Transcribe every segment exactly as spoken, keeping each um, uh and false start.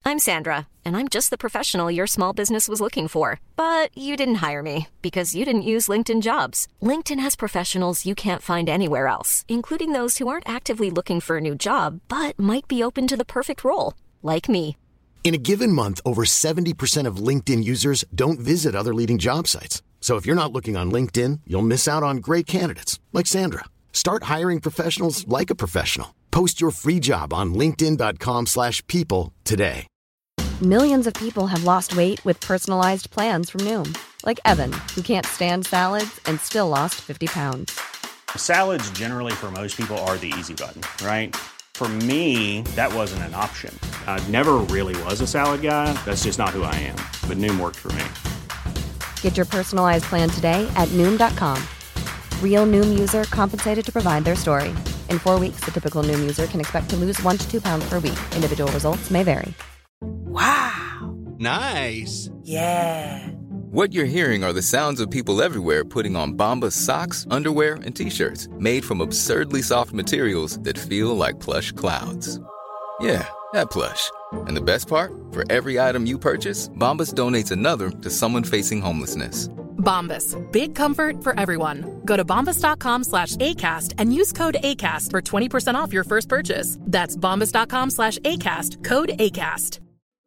I'm Sandra, and I'm just the professional your small business was looking for. But you didn't hire me because you didn't use LinkedIn Jobs. LinkedIn has professionals you can't find anywhere else, including those who aren't actively looking for a new job, but might be open to the perfect role, like me. In a given month, over seventy percent of LinkedIn users don't visit other leading job sites. So if you're not looking on LinkedIn, you'll miss out on great candidates like Sandra. Start hiring professionals like a professional. Post your free job on linkedin dot com slash people today. Millions of people have lost weight with personalized plans from Noom. Like Evan, who can't stand salads and still lost fifty pounds. Salads generally for most people are the easy button, right? For me, that wasn't an option. I never really was a salad guy. That's just not who I am. But Noom worked for me. Get your personalized plan today at Noom dot com. Real Noom user compensated to provide their story. In four weeks, the typical Noom user can expect to lose one to two pounds per week. Individual results may vary. Wow. Nice. Yeah. What you're hearing are the sounds of people everywhere putting on Bombas socks, underwear, and T-shirts made from absurdly soft materials that feel like plush clouds. Yeah, that plush. And the best part? For every item you purchase, Bombas donates another to someone facing homelessness. Bombas. Big comfort for everyone. Go to bombas.com slash ACAST and use code ACAST for twenty percent off your first purchase. That's bombas.com slash ACAST. Code ACAST.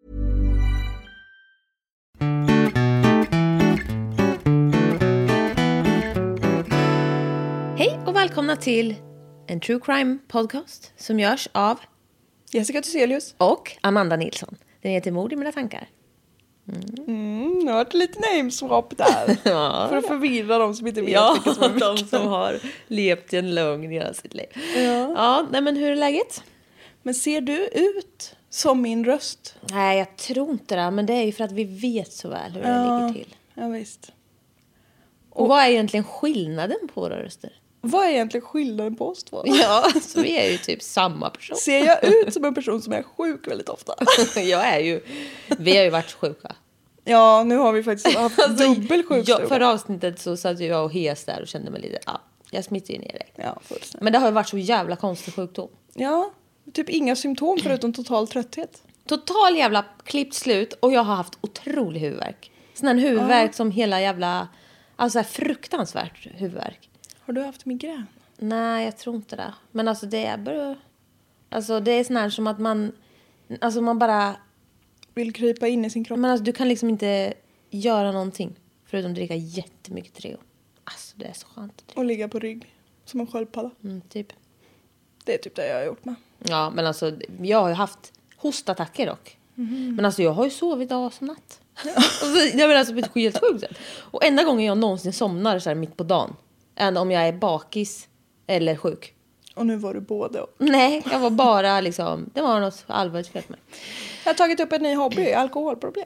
Hej och välkomna till en true crime podcast som görs av Jessica Thyselius och Amanda Nilsson. Den heter Mord i mina tankar. Mm. Mm, nu har det lite nameswap där. Ja, för att förvirra de som inte vet ja, vilka som är de som har levt i en lögn i hela sitt liv. Ja. Ja, nej, men hur är läget? Men ser du ut som min röst? Nej, jag tror inte det. Men det är ju för att vi vet så väl hur ja, det ligger till. Ja, visst. Och, och vad är egentligen skillnaden på våra röster? Vad är egentligen skillnaden på oss två? Ja, så vi är ju typ samma person. Ser jag ut som en person som är sjuk väldigt ofta? Jag är ju... Vi har ju varit sjuka. Ja, nu har vi faktiskt haft alltså, dubbel sjukstuga. Ja, förra avsnittet så satt jag och hes där och kände mig lite... Ja, jag smittar ju ner dig. Ja, fullständigt. Men det har ju varit så jävla konstig sjukdom. Ja, typ inga symptom förutom total trötthet. Total jävla klippt slut och jag har haft otrolig huvudvärk. Sån här huvudvärk ja. som hela jävla... Alltså fruktansvärt huvudvärk. Har du haft migrän? Nej, jag tror inte det. Men alltså det är bara... Alltså det är sån här som att man... Alltså man bara... Vill krypa in i sin kropp. Men alltså du kan liksom inte göra någonting. Förutom dricka jättemycket Treo. Alltså det är så skönt. Och ligga på rygg. Som en sköldpadda. Mm, typ. Det är typ det jag har gjort med. Ja, men alltså jag har ju haft hostattacker dock. Mm. Men alltså jag har ju sovit dag som natt. Ja. Alltså, jag menar alltså blivit helt sjukt. Och enda gången jag någonsin somnar så här mitt på dagen. Än om jag är bakis eller sjuk. Och nu var du både och. Nej, jag var bara liksom... Det var något allvarligt fel med mig. Jag har tagit upp en ny hobby, alkoholproblem.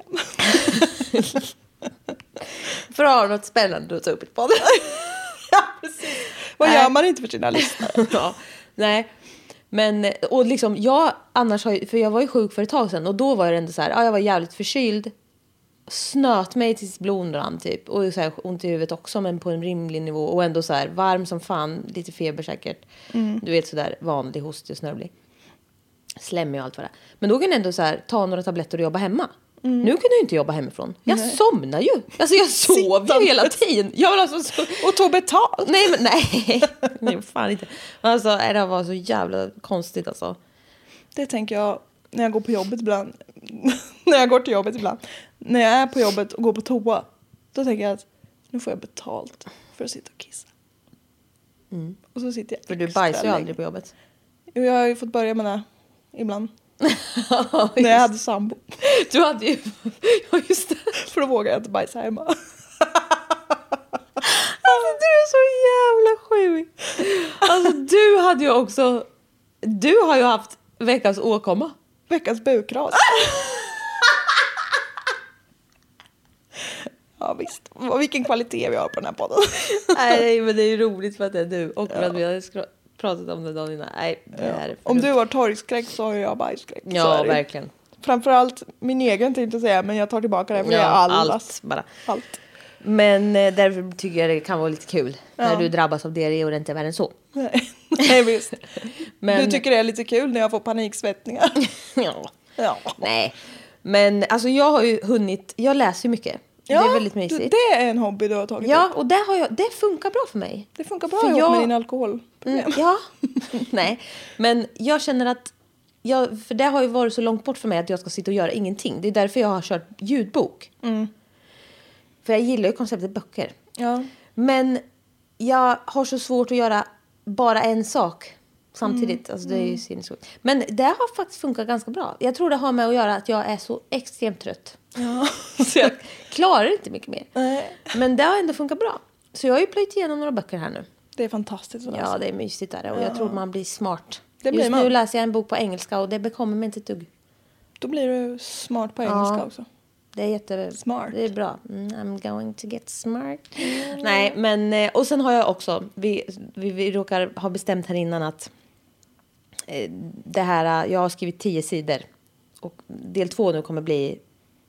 För att ha något spännande att ta upp i podden. Ja, precis. Vad Nej. gör man inte för sina lyssnare? Ja, nej. Men, och liksom, jag annars har ju... För jag var ju sjuk för ett tag sedan. Och då var det ändå så här... Ja, jag var jävligt förkyld. Snöt mig tills bloden rann typ. Och så här, ont i huvudet också, men på en rimlig nivå. Och ändå så här varm som fan. Lite feber säkert. Mm. Du vet sådär vanlig hostig och snörvlig. Slemmig och allt vad det är. Men då kan jag ändå så här, ta några tabletter och jobba hemma. Mm. Nu kunde jag inte jobba hemifrån. Jag nej. somnar ju. Alltså jag sov ju hela tiden. Jag alltså så... Och tog betalt. Nej, men nej. Nej, fan inte. Alltså det var så jävla konstigt alltså. Det tänker jag när jag går på jobbet ibland. När jag går till jobbet ibland. När jag är på jobbet och går på toa. Då tänker jag att nu får jag betalt för att sitta och kissa. Mm. Och så sitter jag. För du bajsar ju aldrig på jobbet. Jag har ju fått börja med det ibland. När jag hade sambo. Du hade ju... Ja, just det. För då vågar jag inte bajsa hemma. Alltså du är så jävla sjuk. Alltså du hade ju också... Du har ju haft veckans åkomma. Veckans bukras. Ja visst. Vilken kvalitet vi har på den här podden. Nej, men det är ju roligt för att det är du. Och för ja. att vi har skra- pratat om det dagen innan. Nej, det ja. är om du har torgskräck så har jag bajsskräck. Ja, verkligen. Framförallt min egen tänkte jag säga. Men jag tar tillbaka det för ja, det är allas. Allt bara. Allt. Men eh, därför tycker jag det kan vara lite kul. Ja. När du drabbas av diarré och det inte är värre än så. Nej, Nej visst. Men... Du tycker det är lite kul när jag får paniksvettningar. Ja. Ja. Nej. Men alltså jag har ju hunnit, jag läser ju mycket. Ja, det är väldigt mysigt. Du, det är en hobby du har tagit Ja, upp. och det, har jag, det funkar bra för mig. Det funkar bra för ihop jag, med din alkoholproblem. Mm, ja, nej. Men jag känner att, jag, för det har ju varit så långt bort för mig att jag ska sitta och göra ingenting. Det är därför jag har kört ljudbok. Mm. För jag gillar ju konceptet böcker. Ja. Men jag har så svårt att göra bara en sak samtidigt. Mm. Alltså det är ju sinnessjukt. Men det har faktiskt funkat ganska bra. Jag tror det har med att göra att jag är så extremt trött. Ja. Så jag klarar inte mycket mer. Nej. Men det har ändå funkat bra. Så jag har ju plöjt igenom några böcker här nu. Det är fantastiskt. Ja, alltså. Det är mysigt där. Och ja. jag tror man blir smart. Det blir Just man. nu läser jag en bok på engelska och det bekommer mig inte ett dugg. Då blir du smart på engelska ja. också. Det är jätte... Smart. Det är bra. Mm, I'm going to get smart. Mm. Nej, men... Och sen har jag också... Vi, vi, vi råkar ha bestämt här innan att... Eh, det här... Jag har skrivit tio sidor. Och del två nu kommer bli...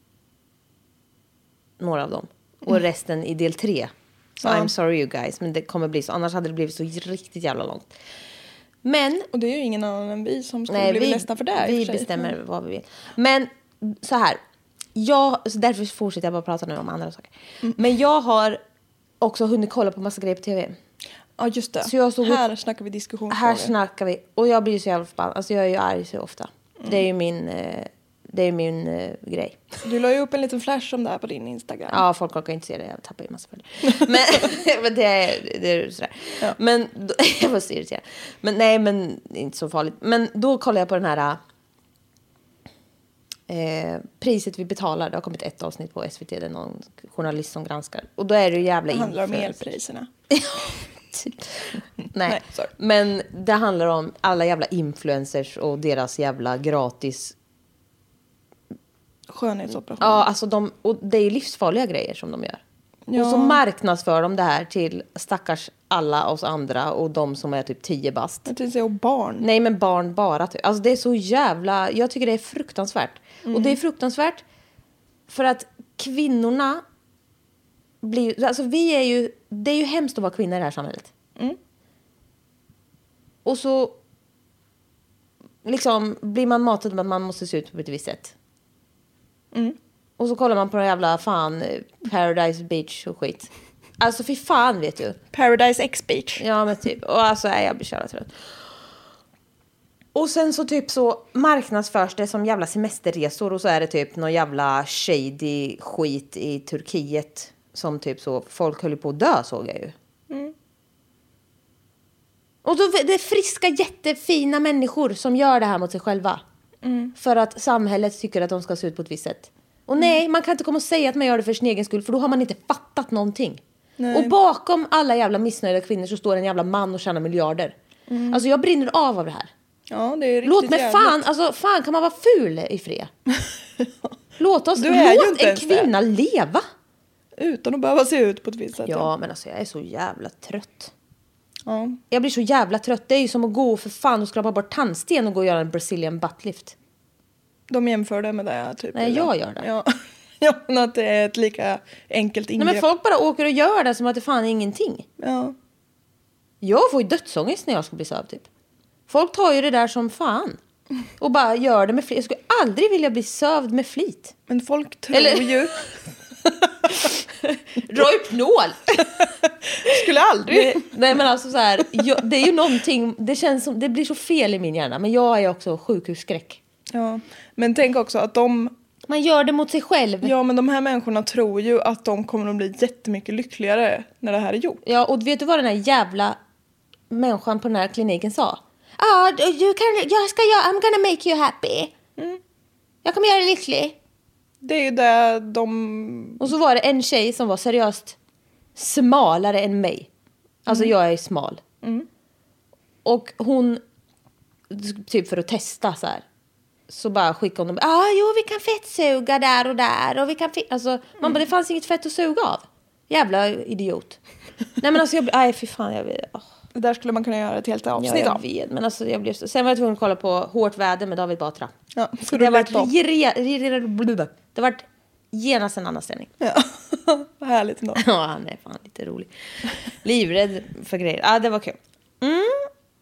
Några av dem. Och mm. resten i del tre. Så ja. I'm sorry you guys. Men det kommer bli så. Annars hade det blivit så riktigt jävla långt. Men... Och det är ju ingen annan än vi som skulle nej, bli vi, ledsna för det här. Vi för bestämmer mm. vad vi vill. Men så här... Jag, så därför fortsätter jag bara prata nu om andra saker. Mm. Men jag har också hunnit kolla på massa grejer på tv. Ja, just det. Så jag såg här upp, snackar vi diskussion. Här snackar vi. Och jag blir så jävla förbannad. Alltså jag är ju arg så ofta. Mm. Det är ju min, det är min uh, grej. Du la ju upp en liten flash om det här på din Instagram. Ja, folk orkar inte se det. Jag tappar ju massa följare. men, men det är, det är sådär. Ja. Men, då, jag var så irriterad. Men nej, men det är inte så farligt. Men då kollar jag på den här... Eh, priset vi betalar. Det har kommit ett avsnitt på S V T. Det är någon journalist som granskar. Och då är det ju jävla... Det handlar om elpriserna. typ. Nej, Nej men det handlar om alla jävla influencers och deras jävla gratis... skönhetsoperationer. Ja, alltså de... Och det är ju livsfarliga grejer som de gör. Ja. Och så marknadsför de det här till stackars alla oss andra och de som är typ tio bast. Jag tänkte säga barn. Nej, men barn bara. Typ. Alltså det är så jävla... Jag tycker det är fruktansvärt. Mm. Och det är fruktansvärt för att kvinnorna blir... Alltså vi är ju... Det är ju hemskt att vara kvinna i det här samhället. Mm. Och så liksom blir man matad med att man måste se ut på ett visst sätt. Mm. Och så kollar man på den jävla fan Paradise Beach och skit. Alltså fy fan vet du. Paradise X Beach. Ja men typ. Och alltså är jag blir köra trött. Och sen så typ så marknadsförs det som jävla semesterresor. Och så är det typ någon jävla shady skit i Turkiet. Som typ så folk höll på att dö såg jag ju. Mm. Och då det är friska jättefina människor som gör det här mot sig själva. Mm. För att samhället tycker att de ska se ut på ett visst sätt. Och nej, mm. man kan inte komma och säga att man gör det för sin egen skull. För då har man inte fattat någonting. Nej. Och bakom alla jävla missnöjda kvinnor så står en jävla man och tjänar miljarder. Mm. Alltså jag brinner av av det här. Ja, det är riktigt. Låt mig jävligt. fan, alltså fan kan man vara ful i fred? Låt oss, du är låt en kvinna det. leva. Utan att behöva se ut på ett visst sätt. Ja, men alltså jag är så jävla trött. Ja. Jag blir så jävla trött. Det är ju som att gå för fan och skrapa bort tandsten och gå och göra en Brazilian buttlift. De jämför det med det typ. Nej, jag gör det. Ja. Ja, men att det är ett lika enkelt ingrepp. Nej, men folk bara åker och gör det som att det fan är ingenting. Ja. Jag får ju dödsångest när jag ska bli sövd typ. Folk tar ju det där som fan. Och bara gör det med flit. Jag skulle aldrig vilja bli sövd med flit. Men folk tror Eller... ju... Dra upp nål. Skulle aldrig. Nej, nej men alltså så här, jag, det är ju någonting, det känns som, det blir så fel i min hjärna. Men jag är också sjukhusskräck. Ja, men tänk också att de... Man gör det mot sig själv. Ja, men de här människorna tror ju att de kommer att bli jättemycket lyckligare när det här är gjort. Ja, och vet du vad den här jävla människan på den här kliniken sa? Ja, ah, du kan, jag ska göra, I'm gonna make you happy. Mm. Jag kommer göra dig lycklig. Det är ju det de... Och så var det en tjej som var seriöst smalare än mig. Alltså mm. jag är smal. Mm. Och hon, typ för att testa så här. Så bara skickade hon dem. Ja, ah, jo vi kan fettsuga där och där. Och vi kan fe- alltså, mm. man bara, det fanns inget fett att suga av. Jävla idiot. Nej men alltså, jag, nej fy fan. Jag, oh. Där skulle man kunna göra ett helt avsnitt ja, jag av. vet, men alltså, jag blev så... Sen var jag tvungen att kolla på Hårt väder med David Batra. Ja, så det har varit re- det har varit genast en annan ställning. Ja, vad härligt ändå. Ja, han är fan lite rolig. Livrädd för grejer. Ja, det var kul. Mm.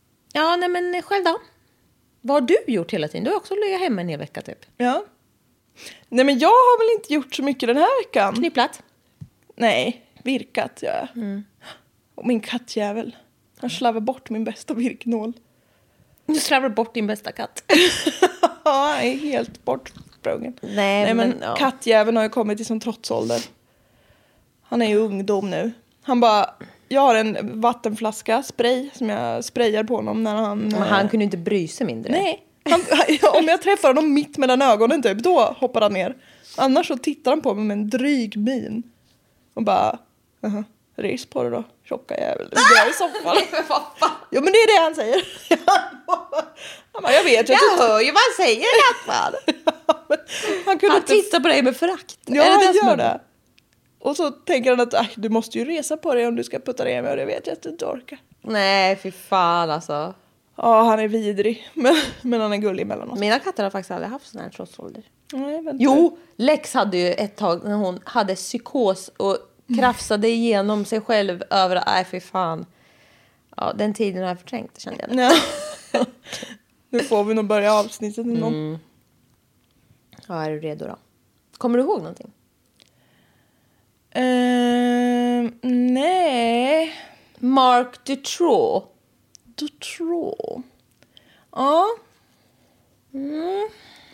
Ja, nej men själv då? Vad har du gjort hela tiden? Du har också legat hemma en hel vecka typ. Ja. Nej, men jag har väl inte gjort så mycket den här veckan. Knypplat? Nej, virkat gör jag. Mm. Och min kattjävel. Han slarvar bort min bästa virknål. Du slarvar bort din bästa katt. Ja, jag är helt bortsprungen. Nej, Nej, men, men ja. Kattjäveln har ju kommit till som trotsålder. Han är ju ungdom nu. Han bara, jag har en vattenflaska, spray, som jag sprayar på honom när han... Men han kunde inte bry sig mindre. Nej. Han, om jag träffar honom mitt mellan ögonen typ, då hoppar han ner. Annars så tittar han på mig med en dryg min. Och bara, uh-huh. Ris på det då, tjocka jävel. Det är i soffan. Jo, men det är det han säger. Han bara, jag vet. Jag, jag hör ju vad han säger. han kunde han inte... tittar på dig med förakt. Ja, är det han det gör det. Och så tänker han att du måste ju resa på dig om du ska putta ner mig. Och det vet jag att du inte orkar. Nej, fy fan alltså. Ja, han är vidrig. Men, men han är gullig emellanåt. Mina katter har faktiskt aldrig haft sån här trotsålder. Nej, jo, Lex hade ju ett tag när hon hade psykos och krafsade igenom sig själv över, nej fy fan. Ja, den tiden har jag förträngt, kände jag. Ja. Nu får vi nog börja avsnittet ändå. Mm. Ja, är du redo då? Kommer du ihåg någonting? Uh, nej. Mark Dutroux. Dutroux. Ja. Mm.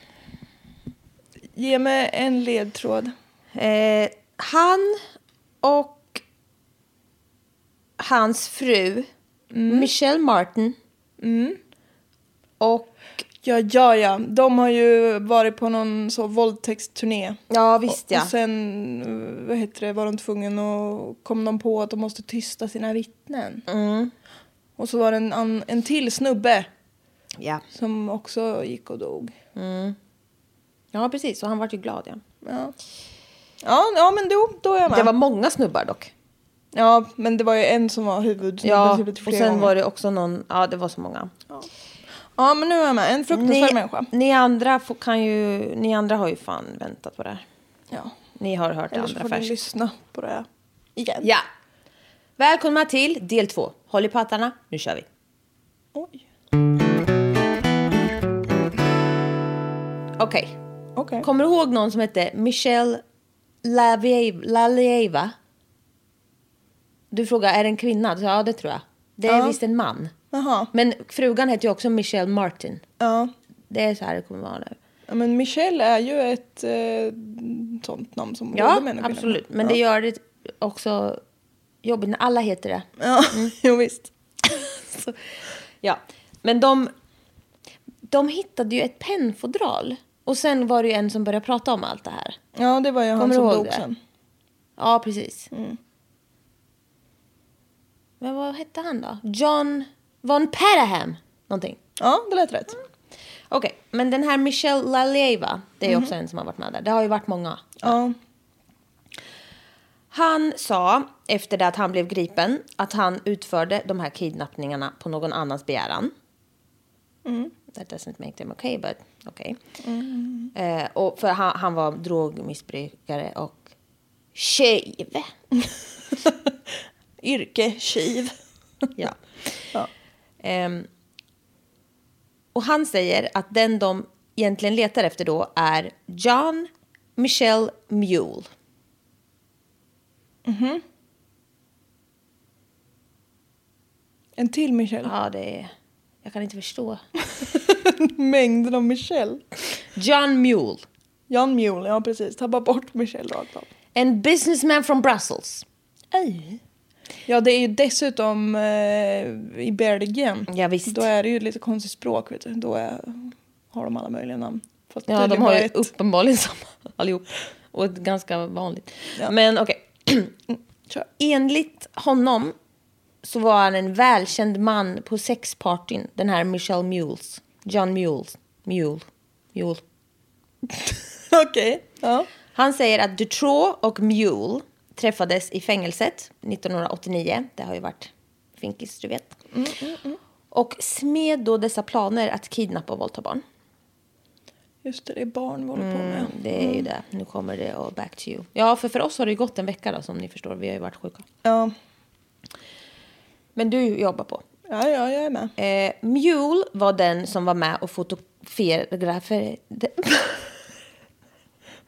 Ge mig en ledtråd. Eh, han och hans fru mm. Michelle Martin mm. och ja, ja, ja. De har ju varit på någon så våldtäktsturné. Ja, visst ja. Och, och sen, vad heter det, var de tvungna och kom de på att de måste tysta sina vittnen. Mm. Och så var det en, en, en till snubbe ja. som också gick och dog. Mm. Ja, precis. Och han var ju glad, ja. Ja, ja, ja men då, då är jag med. Det var många snubbar dock. Ja, men det var ju en som var huvud. Ja, huvud och sen gånger. Var det också någon... Ja, det var så många. Ja, ja men nu är jag med. En fruktansvärd ni, människa. Ni andra, får, kan ju, ni andra har ju fan väntat på det här. Ja. Ni har hört det andra först. Eller så får ni lyssna på det här igen. Ja. Välkomna till del två. Håll i pattarna, nu kör vi. Oj. Okej. Okay. Okay. Kommer du ihåg någon som hette Michelle Lalieva? Du frågar, är det en kvinna? Ja, det tror jag. Det är ja. visst en man. Aha. Men frugan heter ju också Michelle Martin. Ja. Det är så här det kommer vara nu. Ja, men Michelle är ju ett eh, sånt namn som ja, både män och absolut. Men ja. det gör det också jobbigt när alla heter det. Ja, mm. jo visst. så, ja, men de, de hittade ju ett pennfodral. Och sen var det ju en som började prata om allt det här. Ja, det var ju han som dog sen. Ja, precis. Mm. Men vad hette han då? John von Peraham. Någonting. Ja, det lät rätt. Mm. Okej, okay. Men den här Michelle Lalieva, det är mm. också en som har varit med där. Det har ju varit många. Ja. Han sa, efter det att han blev gripen, att han utförde de här kidnappningarna på någon annans begäran. Mm. That doesn't make them okay, but okay. Mm. Eh, och för han, han var drogmissbrukare och tjuv. Yrke, tjuv. ja. ja. Eh, och han säger att den de egentligen letar efter då är John Michelle Mule. Mhm. En till Michelle. Ja, det är... Jag kan inte förstå. Mängden av Michelle. John Mule. John Mule, ja precis. Ta bara bort Michelle rakt av. En businessman from Brussels. Ej. Ja, det är ju dessutom eh, i Belgien. Ja, visst. Då är det ju lite konstigt språk, vet du. Då är, har de alla möjliga namn. Fast ja, de har ju ett... uppenbarligen samma allihop. Och ett ganska vanligt. Ja. Men okej. Okay. Enligt honom så var han en välkänd man på sexpartyn. Den här Michelle Mules. John Mules. Mule. Mule. Okej, okay. ja. Han säger att Dutroux och Mule träffades i fängelset nittonhundraåttionio. Det har ju varit finkis, du vet. Mm, mm, mm. Och smed då dessa planer att kidnappa och våldta barn. Just det, det är barn vi håller på med. Mm, det är ju det. Nu kommer det och back to you. Ja, för för oss har det ju gått en vecka då, som ni förstår. Vi har ju varit sjuka. Ja. Men du jobbar på. Ja, ja, jag är med. Eh, Mule var den som var med och fotograferade...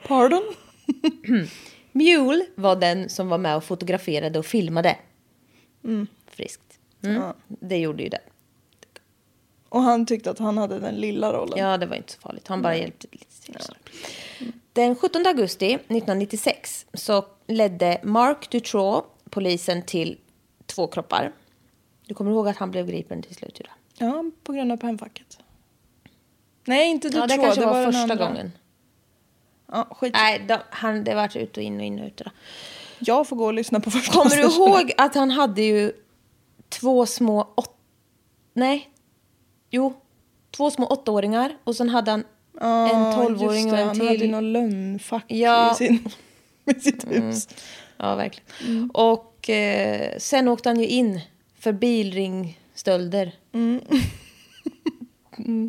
Pardon? Mule var den som var med och fotograferade och filmade. Mm. Friskt. Mm. Ja. Det gjorde ju det. Och han tyckte att han hade den lilla rollen. Ja, det var inte så farligt. Han bara Nej. hjälpte lite till. Ja. Den sjuttonde augusti nittonhundranittiosex så ledde Mark Dutroux polisen till två kroppar. Du kommer ihåg att han blev gripen till slut, Julia? Ja, på grund av pennfacket. Nej, inte Dutroux. Ja, det kanske det var, var första gången. Ja, skit. Nej, då, han, det var ut och in och in och ut. Då. Jag får gå och lyssna på första. Kommer du ihåg att han hade ju två små åt... Nej. Jo. Två små åttaåringar. Och sen hade han ah, en tolvåring och en han till. Han hade någon lönnfack ja. i, sin, i sitt hus. Mm. Ja, verkligen. Mm. Och eh, sen åkte han ju in för bilringstölder. Mm. mm.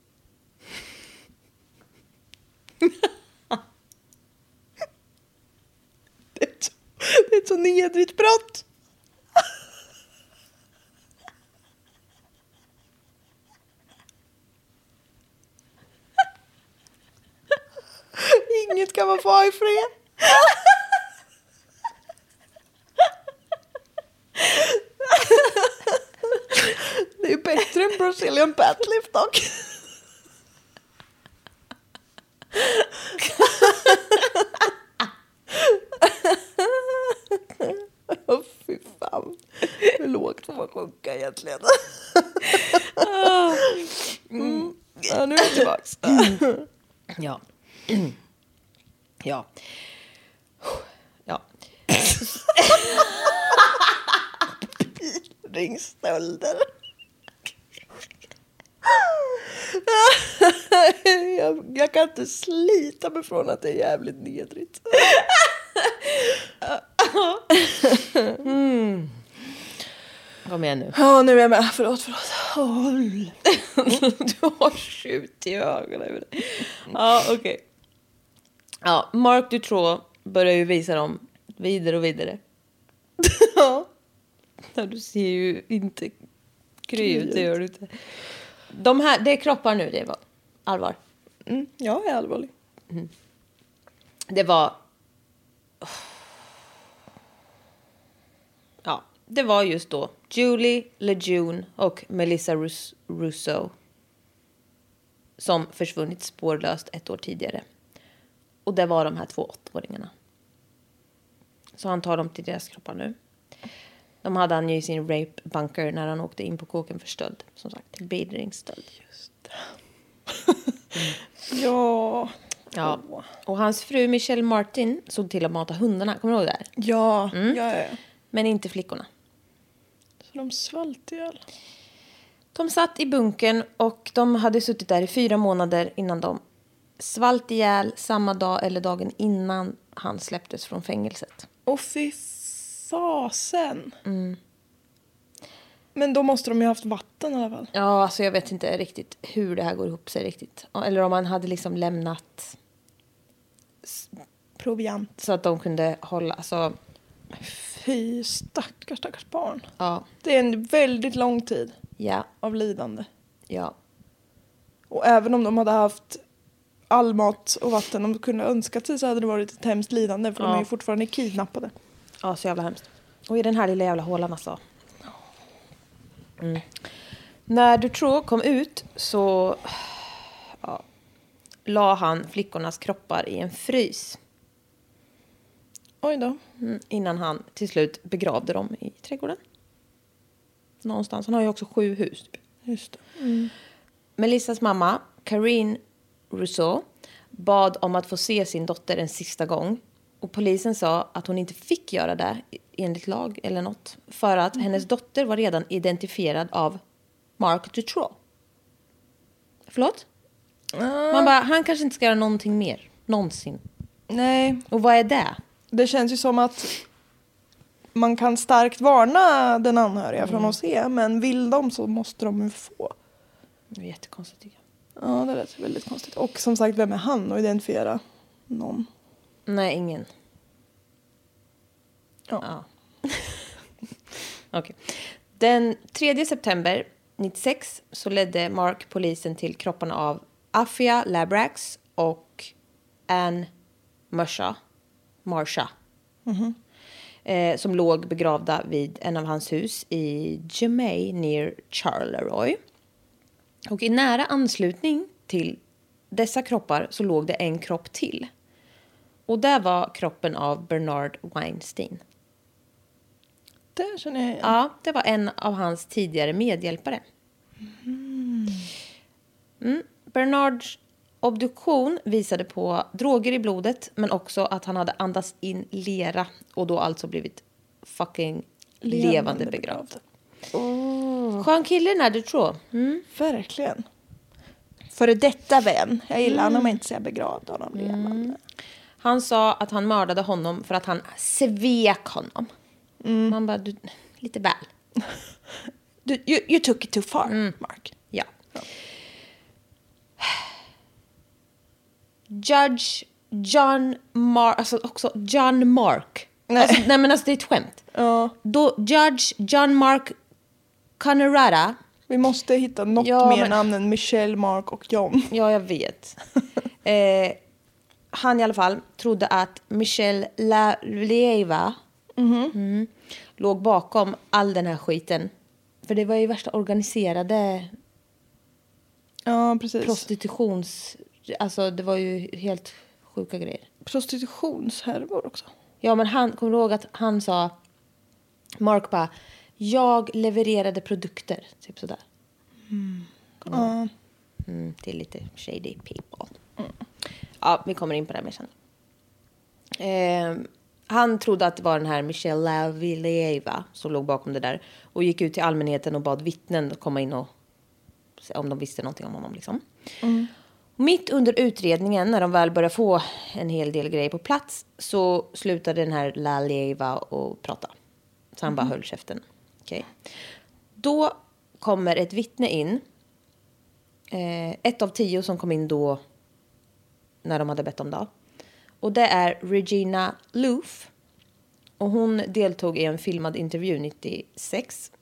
det, är så, det är ett så nedrigt brott. Inget kan man få ha i fred. Det är ju bättre än Brazilian Batlift dock. Åh oh, fy fan. Hur lågt får man sjunka egentligen? Mm. Ja, nu är jag tillbaks. Ja. Ja. Ja. Ringstölder. jag, jag kan inte slita mig från att det är jävligt nedrigt. mm. Kom igen nu. Ja, nu är jag med. Förlåt, förlåt. Oh. Du har skjut i ögonen. Ja, okej. Okay. Ja, Mark Dutroux börjar ju visa dem vidare och vidare. Ja. Du ser ju inte kry ut, det gör du inte. De här, det är kroppar nu, det var allvar. Mm, jag är allvarlig. Mm. Det var... Ja, det var just då Julie Lejeune och Melissa Rus- Russo som försvunnit spårlöst ett år tidigare. Och det var de här två åttaåringarna. Så han tar dem till deras kroppar nu. De hade han ju i sin rape bunker när han åkte in på kåken för stöld. Som sagt, till bidringsstöld. Just det. mm. Ja. Ja. Och hans fru Michelle Martin såg till att mata hundarna. Kommer du ihåg det här? Ja, mm. ja, ja. Men inte flickorna. Så de svalt ihjäl. De satt i bunkern och de hade suttit där i fyra månader innan de svalt ihjäl samma dag eller dagen innan han släpptes från fängelset. Åh fy fasen. Mm. Men då måste de ju ha haft vatten i alla fall. Ja, alltså jag vet inte riktigt hur det här går ihop sig riktigt. Eller om man hade liksom lämnat proviant. Så att de kunde hålla, alltså... Fy stackars, stackars barn. Ja. Det är en väldigt lång tid ja. av lidande. Ja. Och även om de hade haft all mat och vatten de kunde önska sig så hade det varit ett hemskt lidande. För ja. de är ju fortfarande kidnappade. Ja, så jävla hemskt. Och i den här lilla jävla hålan alltså. Mm. När Dutroux kom ut så ja, la han flickornas kroppar i en frys. Oj då. Mm, innan han till slut begravde dem i trädgården. Någonstans. Han har ju också sju hus. Just det. Mm. Melissas mamma, Karine Rousseau, bad om att få se sin dotter en sista gång. Och polisen sa att hon inte fick göra det enligt lag eller något. För att mm. hennes dotter var redan identifierad av Mark Dutroux. Förlåt? Uh. Man bara, han kanske inte ska göra någonting mer. Någonsin. Nej. Och vad är det? Det känns ju som att man kan starkt varna den anhöriga mm. från att se. Men vill de så måste de ju få. Det är jättekonstigt tycker jag. Ja, det är väldigt konstigt. Och som sagt, vem är han att identifiera någon? Nej, ingen. Ja. ja. Okej. Okay. Den tredje september nittiosex så ledde Mark polisen till kropparna av Afia Labrax och Anne Marsha. Marsha. Mm-hmm. Eh, som låg begravda vid en av hans hus i Jemay near Charleroi. Och i nära anslutning till dessa kroppar så låg det en kropp till. Och där var kroppen av Bernard Weinstein. Det känner jag igen. Ja, det var en av hans tidigare medhjälpare. Mm. Mm. Bernards obduktion visade på droger i blodet, men också att han hade andats in lera och då alltså blivit fucking levande, levande begravd. Oh. Skön kille den här, du tror. Mm. Verkligen. Före detta vän. Jag gillar mm. om jag inte säger begravd honom mm. levande. Han sa att han mördade honom för att han svek honom. Mm. Man bara, du, lite väl. du, you, you took it too far, mm. Mark. Ja. ja. Judge John Mark, alltså också John Mark. Nej, alltså, nej men alltså det är ett skämt. Ja. Då, Judge John Mark Canerata. Vi måste hitta något ja, mer men... namn än Michelle, Mark och John. Ja, jag vet. eh, han i alla fall trodde att Michelle Lavleva mm-hmm. mm, låg bakom all den här skiten. För det var ju värsta organiserade ja, precis. prostitutions... Alltså det var ju helt sjuka grejer. Prostitutionshärvor också. Ja, men han kommer ihåg att han sa, Mark bara, jag levererade produkter, typ sådär. Mm. Mm. Mm, till lite shady people. Mm. Ja, vi kommer in på det här mer sen. Eh, han trodde att det var den här Michelle Lavleva som låg bakom det där. Och gick ut till allmänheten och bad vittnen att komma in och se om de visste någonting om honom liksom. Mm. Mitt under utredningen, när de väl började få en hel del grejer på plats, så slutade den här Lavleva och prata. Så han bara mm. höll käften. Okay. Då kommer ett vittne in. Eh, ett av tio som kom in då när de hade bett om det. Och det är Regina Loof. Och hon deltog i en filmad intervju nittiosex.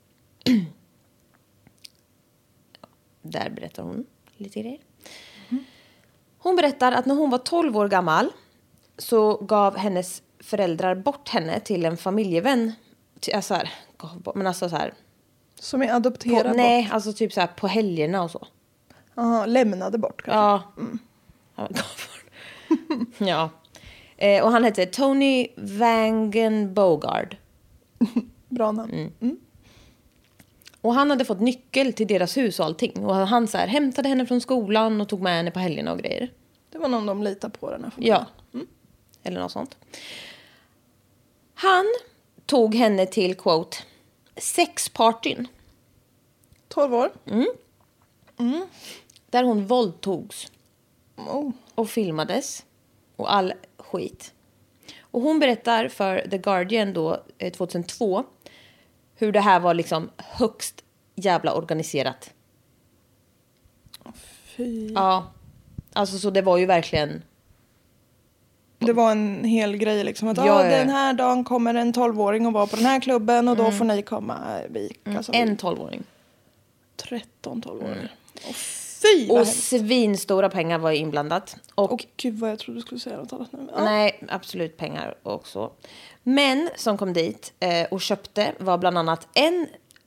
Där berättar hon lite grejer. Hon berättar att när hon var tolv år gammal så gav hennes föräldrar bort henne till en familjevän. Alltså här, men alltså så här. Som är adopterad på, nej, alltså typ så här på helgerna och så. Ja, lämnade bort kanske. Ja. Mm. ja. Eh, och han hette Tony Vangenbogard. Bra namn. Mm. Mm. Och han hade fått nyckel till deras hus och allting. Och han så här, hämtade henne från skolan och tog med henne på helgerna och grejer. Det var någon de litar på den här familjen. Ja, mm. eller något sånt. Han tog henne till, quote, sexpartyn. tolv år. Mm. Mm. Där hon våldtogs. Oh. Och filmades. Och all skit. Och hon berättar för The Guardian då, tjugohundratvå... hur det här var liksom högst jävla organiserat. Fy. Ja. Alltså så det var ju verkligen... Det var en hel grej liksom. Att ja, ah, den här dagen kommer en tolvåring och vara på den här klubben. Och då mm. får ni komma vika. Mm. En tolvåring. tretton tolvåringar. Mm. Och fy Och hemskt. Svinstora pengar var inblandat. Och, och gud vad jag trodde du skulle säga något annat nu. Ja. Nej, absolut pengar också. Män som kom dit eh, och köpte var bland annat en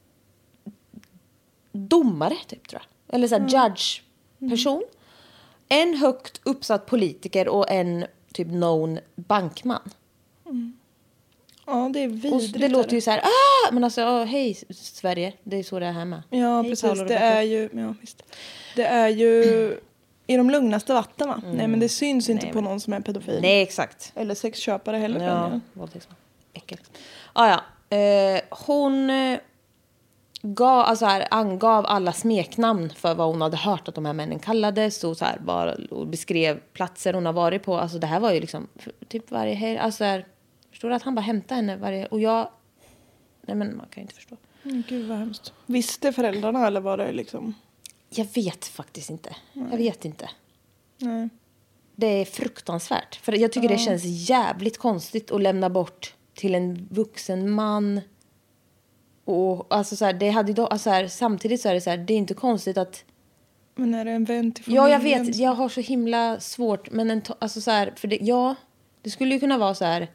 domare typ tror jag. Eller så här, mm. judge-person. Mm. En högt uppsatt politiker och en typ known bankman. Mm. Ja, det är vidrigt. Och det låter ju så här, ah! Men alltså, oh, hej Sverige, det är så det är hemma. Ja, hej, precis. Det är ju, ja, visst. Det är ju mm. i de lugnaste vatten, va? Mm. Nej, men det syns inte Nej, på men... någon som är pedofil. Nej, exakt. Eller sexköpare heller. Ja, våldtäktsman. Äckel. Ah, ja. Eh, hon eh, gav, alltså här, angav alla smeknamn för vad hon hade hört att de här männen kallades. Och, så här, bara, och beskrev platser hon har varit på. Alltså det här var ju liksom typ varje helg. Alltså här, förstår du att han bara hämtade henne varje... Och jag... Nej men man kan ju inte förstå. Mm, gud vad hemskt. Visste föräldrarna eller var det liksom... Jag vet faktiskt inte. Nej. Jag vet inte. Nej. Det är fruktansvärt. För jag tycker ja. det känns jävligt konstigt att lämna bort till en vuxen man. Och alltså så här, det hade då, alltså här, samtidigt så är det så här, det är inte konstigt att... Men är det en vän till familjen? Ja, jag vet. Jag har så himla svårt. Men en to- alltså så här, för det, ja... Det skulle ju kunna vara så här...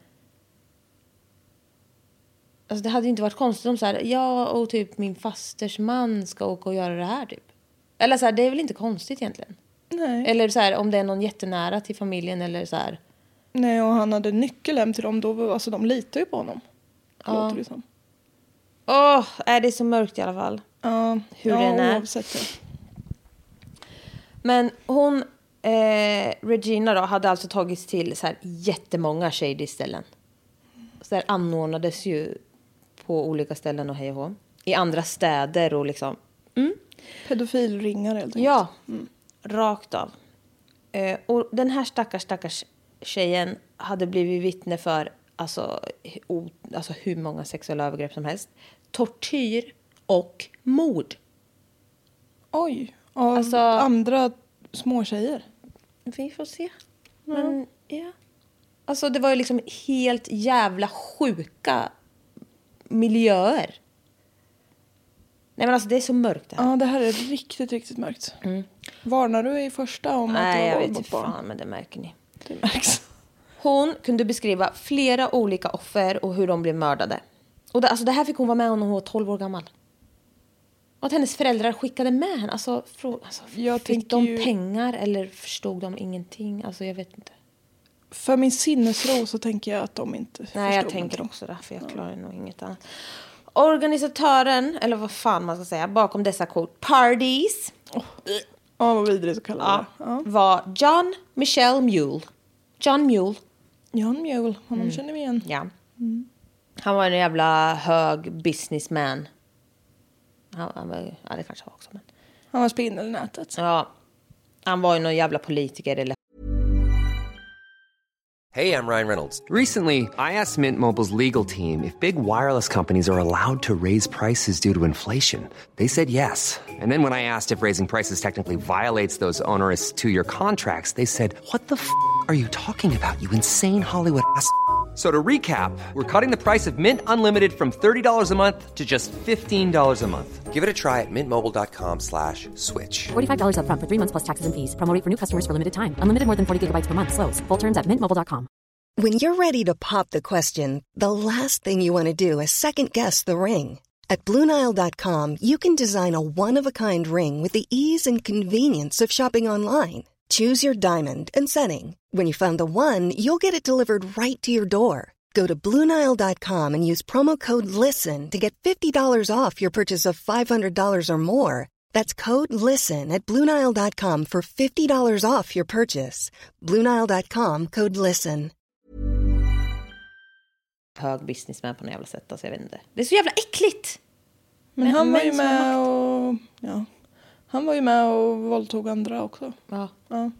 Alltså det hade ju inte varit konstigt om så här... Ja, och typ min fasters man ska åka och göra det här typ. Eller så här, det är väl inte konstigt egentligen. Nej. Eller så här, om det är någon jättenära till familjen eller så här... Nej, och han hade nyckel hem till dem. Då, alltså de litar ju på honom. Ja. Låter det som. Åh, är det är så mörkt i alla fall. Ja, Hur ja, den är. Oavsett det. Men hon, eh, Regina då, hade alltså tagits till så här jättemånga shady ställen. Så där anordnades ju på olika ställen och hej och hå. I andra städer och liksom... Mm. Pedofilringar helt enkelt. Ja, mm. Rakt av. Eh, och den här stackars, stackars tjejen hade blivit vittne för alltså, o, alltså hur många sexuella övergrepp som helst. Tortyr och mord. Oj, av Alltså- andra små tjejer. Vi får se. Men, ja. Alltså det var ju liksom helt jävla sjuka miljöer. Nej men alltså det är så mörkt det här. Ja, det här är riktigt, riktigt mörkt. Mm. Varnar du i första om Nej, att det jag var vet våld inte mot barn? fan, men det märker ni. Det märks. Hon kunde beskriva flera olika offer och hur de blev mördade. Och det, alltså det här fick hon vara med om när hon var tolv år gammal. Och att hennes föräldrar skickade med henne. Alltså, frå, alltså Jag fick tänker de ju- pengar eller förstod de ingenting? Alltså jag vet inte. För min sinnesro så tänker jag att de inte Nej, jag förstod tänker någonting. också det. För jag klarar nog inget annat. Organisatören, eller vad fan man ska säga, bakom dessa quote parties Ja, vad vidrigt så kallar ja, det. Ja. var John Michel Mule. John Mule. Jan Mule, honom Mm. känner vi igen. Ja. Han var en jävla hög businessman. Han, han var, ja, det kanske var också. Men. Han var spindel i nätet. Ja, han var ju någon jävla politiker eller... Hey, I'm Ryan Reynolds. Recently, I asked Mint Mobile's legal team if big wireless companies are allowed to raise prices due to inflation. They said yes. And then when I asked if raising prices technically violates those onerous two-year contracts, they said, "What the f*** are you talking about, you insane Hollywood ass?" So to recap, we're cutting the price of Mint Unlimited from thirty dollars a month to just fifteen dollars a month. Give it a try at mintmobile.com slash switch. forty-five dollars up front for three months plus taxes and fees. Promo rate for new customers for limited time. Unlimited more than forty gigabytes per month. Slows full terms at mint mobile dot com. When you're ready to pop the question, the last thing you want to do is second-guess the ring. At Blue Nile dot com, you can design a one-of-a-kind ring with the ease and convenience of shopping online. Choose your diamond and setting. When you find the one, you'll get it delivered right to your door. Go to Blue Nile dot com and use promo code LISTEN to get fifty dollars off your purchase of five hundred dollars or more. That's code LISTEN at Blue Nile dot com for fifty dollars off your purchase. Blue Nile dot com, code LISTEN. Hög businessman på något jävla sätt. Alltså jag vet inte. Det är så jävla äckligt! Men, Men- han var ju män som har med makt. och... Ja. Han var ju med och våldtog andra också. Ja. Ja.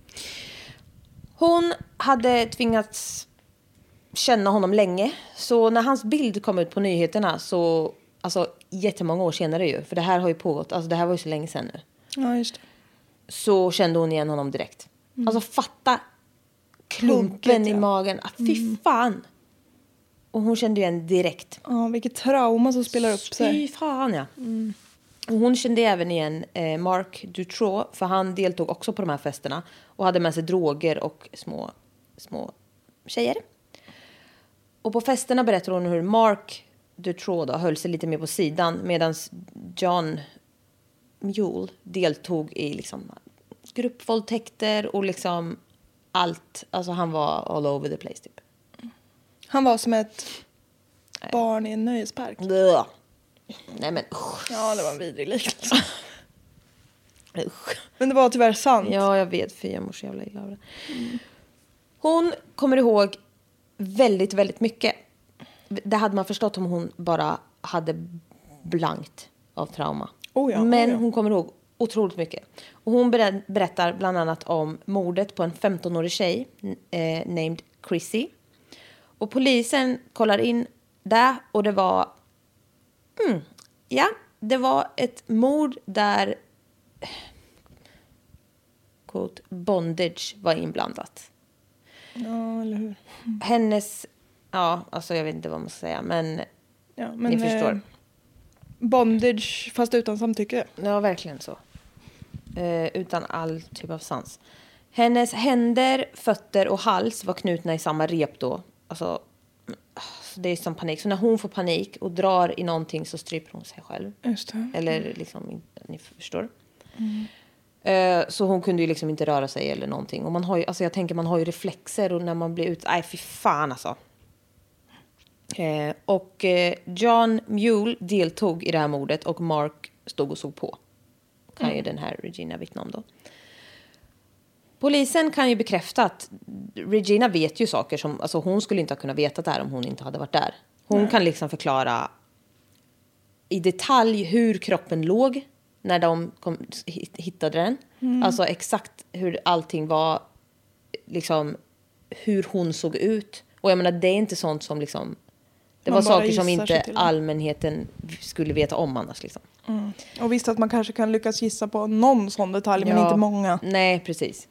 Hon hade tvingats känna honom länge. Så när hans bild kom ut på nyheterna så... Alltså jättemånga år senare ju. För det här har ju pågått. Alltså det här var ju så länge sedan nu. Ja, just det. Så kände hon igen honom direkt. Alltså fatta klumpen Hugget, i ja. magen. Att fy fan. Och hon kände igen direkt. Ja, vilket trauma som spelar upp Fy sig. fan ja. Och hon kände även igen eh, Mark Dutroux. För han deltog också på de här festerna. Och hade med sig droger och små, små tjejer. Och på festerna berättar hon hur Mark Dutroux då höll sig lite mer på sidan. Medan John Mule deltog i liksom gruppvåldtäkter och liksom allt. Alltså han var all over the place typ. Han var som ett barn i en nöjespark. Bleh. Nej men usch. Ja, det var en vidrig liknelse. Usch. Men det var tyvärr sant. Ja, jag vet. För jag mår så jävla illa av det. Hon kommer ihåg väldigt, väldigt mycket. Det hade man förstått om hon bara hade blankt av trauma. Oh ja, Men oh ja. hon kommer ihåg otroligt mycket. Och hon ber- berättar bland annat om mordet på en femtonårig tjej eh, named Chrissy. Och polisen kollar in där och det var... Mm, ja, det var ett mord där... Quote, bondage var inblandat. Ja, eller hur? Hennes... Ja, alltså jag vet inte vad man ska säga, men... Ja, men Ni förstår. Eh, bondage fast utan samtycke. Ja, verkligen så. Eh, utan all typ av sans. Hennes händer, fötter och hals var knutna i samma rep då. Alltså, det är som panik. Så när hon får panik och drar i någonting så stryper hon sig själv. Just det. Eller liksom, ni förstår. Mm. Uh, så hon kunde ju liksom inte röra sig eller någonting. Och man har ju, alltså jag tänker man har ju reflexer och när man blir ut... Nej, fy fan alltså. Uh, och uh, John Mule deltog i det här mordet och Mark stod och såg på. Kan mm. ju den här Regina vittna om då. Polisen kan ju bekräfta att Regina vet ju saker som... Alltså hon skulle inte ha kunnat veta det här om hon inte hade varit där. Hon Nej. kan liksom förklara i detalj hur kroppen låg när de kom, hittade den. Mm. Alltså exakt hur allting var. Liksom hur hon såg ut. Och jag menar det är inte sånt som liksom... Det Man var saker som inte allmänheten skulle veta om annars liksom. Mm. Och visst att man kanske kan lyckas gissa på någon sån detalj ja. men inte många. Nej, precis.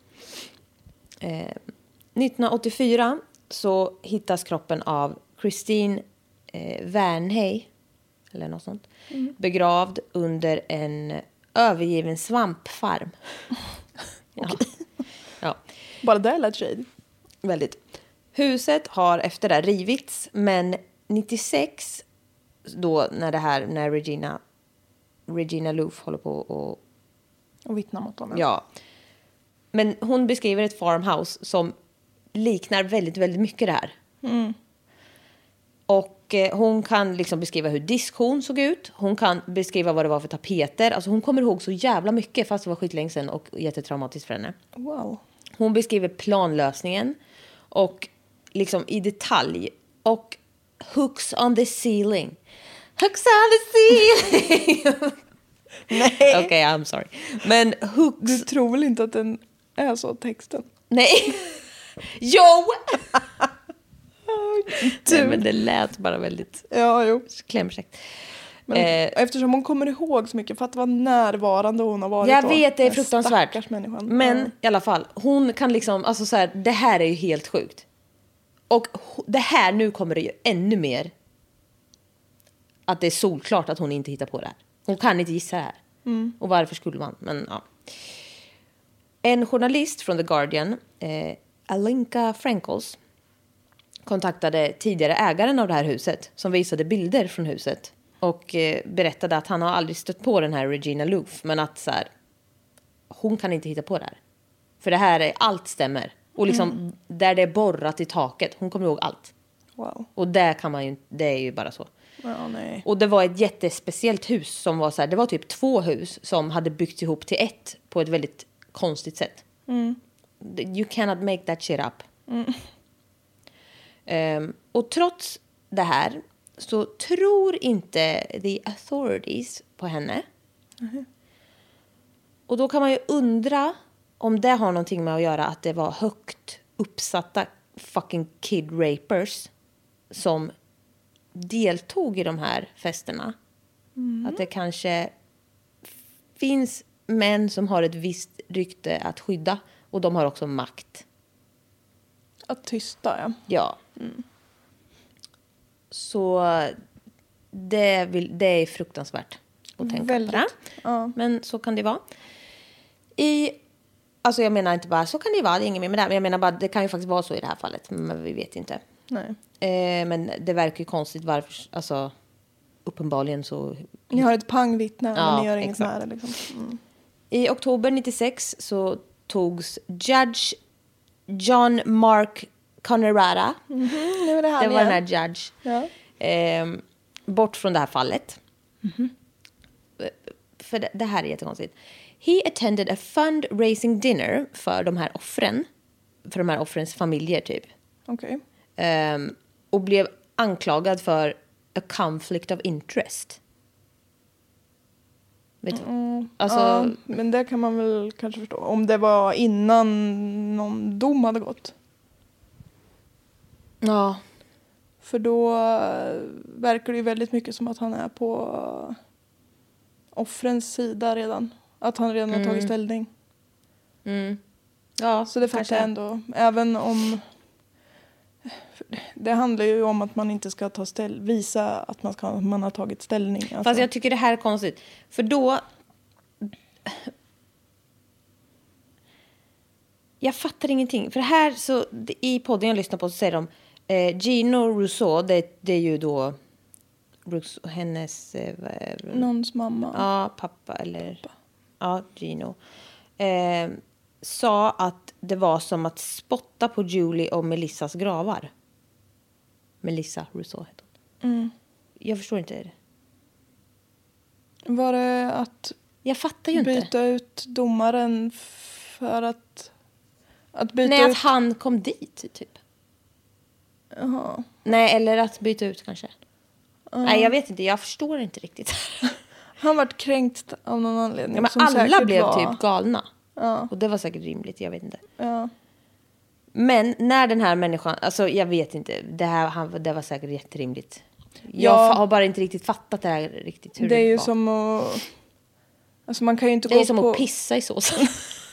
Eh, nittonhundraåttiofyra så hittas kroppen av Christine eh, Vernhey eller något sånt mm. begravd under en övergiven svampfarm. ja. ja. Bara det lät shady. Väldigt. Huset har efter det rivits men nittiosex då när det här när Regina Regina Louf håller på och och vittnar mot dem. Ja. Men hon beskriver ett farmhouse som liknar väldigt, väldigt mycket det här. Mm. Och eh, hon kan liksom beskriva hur diskhon såg ut. Hon kan beskriva vad det var för tapeter. Alltså hon kommer ihåg så jävla mycket fast det var skitlänge sedan och jättetraumatiskt för henne. Wow. Hon beskriver planlösningen och liksom i detalj. Och hooks on the ceiling. Hooks on the ceiling! Nej. Okej, okay, I'm sorry. Men hooks... Du tror väl inte att den är så texten? Nej. Jo! Nej, men det lät bara väldigt ja, jo. klämkäckt. Men eh, eftersom hon kommer ihåg så mycket för att vara närvarande hon har varit. Jag vet, det är fruktansvärt. Men ja. i alla fall, hon kan liksom, alltså så här, det här är ju helt sjukt. Och det här, nu kommer det ju ännu mer att det är solklart att hon inte hittar på det här. Hon kan inte gissa det här. Mm. Och varför skulle man? Men ja. En journalist från The Guardian, eh, Alinka Frankels, kontaktade tidigare ägaren av det här huset som visade bilder från huset och eh, berättade att han har aldrig stött på den här Regina Louf, men att så här, hon kan inte hitta på det här. För det här är, allt stämmer. Och liksom mm. där det är borrat i taket, hon kommer ihåg allt. Wow. Och där kan man ju, det är ju bara så. Ja, nej. Och det var ett jättespeciellt hus som var så här, det var typ två hus som hade byggts ihop till ett på ett väldigt konstigt sätt. Mm. You cannot make that shit up. Mm. Um, och trots det här så tror inte the authorities på henne. Mm. Och då kan man ju undra om det har någonting med att göra att det var högt uppsatta fucking kid rapers som deltog i de här festerna. Mm. Att det kanske finns män som har ett visst rykte att skydda och de har också makt. Att tysta, ja. Ja. Mm. Så det, vill, det är fruktansvärt att tänka Väldigt. på det. Ja. Men så kan det vara. I, alltså jag menar inte bara så kan det vara, det är inget mer med det. Men jag menar bara det kan ju faktiskt vara så i det här fallet. Men vi vet inte. Nej. Eh, men det verkar ju konstigt varför, alltså uppenbarligen så... Ni har ett pangvittne, ja, men ni gör inget exakt. med det liksom. Mm. I oktober nittiosex så togs Judge John Mark Conerara. Mm-hmm. Det var, det här det var den här judge. Ja. Eh, bort från det här fallet. Mm-hmm. För det, det här är jättekonstigt. He attended a fundraising dinner för de här offren. För de här offrens familjer typ. Okej. Okay. Um, och blev anklagad för a conflict of interest. Vet du? Mm, alltså, ja, men det kan man väl kanske förstå. Om det var innan någon dom hade gått. Ja. För då verkar det ju väldigt mycket som att han är på offrens sida redan. Att han redan mm. har tagit ställning. Mm. Ja, så det fattar jag ändå. Även om... Det handlar ju om att man inte ska ta ställ, visa att man, ska, man har tagit ställning. Alltså. Fast jag tycker det här är konstigt. För då... jag fattar ingenting. För här så, i podden jag lyssnar på så säger de eh, Gino Rousseau, det, det är ju då Rousseau, hennes... Eh, Någons mamma. Ja, pappa eller... Pappa. Ja, Gino. Eh, sa att det var som att spotta på Julie och Melissas gravar. Melissa Rousseau heter hon. Mm. Jag förstår inte det. Var det att jag fattar ju byta inte. ut domaren för att... att byta Nej, ut... att han kom dit, typ. Jaha. Nej, eller att byta ut kanske. Uh. Nej, jag vet inte. Jag förstår inte riktigt. Han varit kränkt av någon anledning. Ja, men som alla blev var... typ galna. Ja. Och det var säkert rimligt, jag vet inte. Ja. Men när den här människan... Alltså, jag vet inte. Det, här, han, det var säkert jätterimligt. Jag ja. har bara inte riktigt fattat det här riktigt. Hur det är det ju var. som att... Alltså man kan ju inte det gå är som på... att pissa i såsen.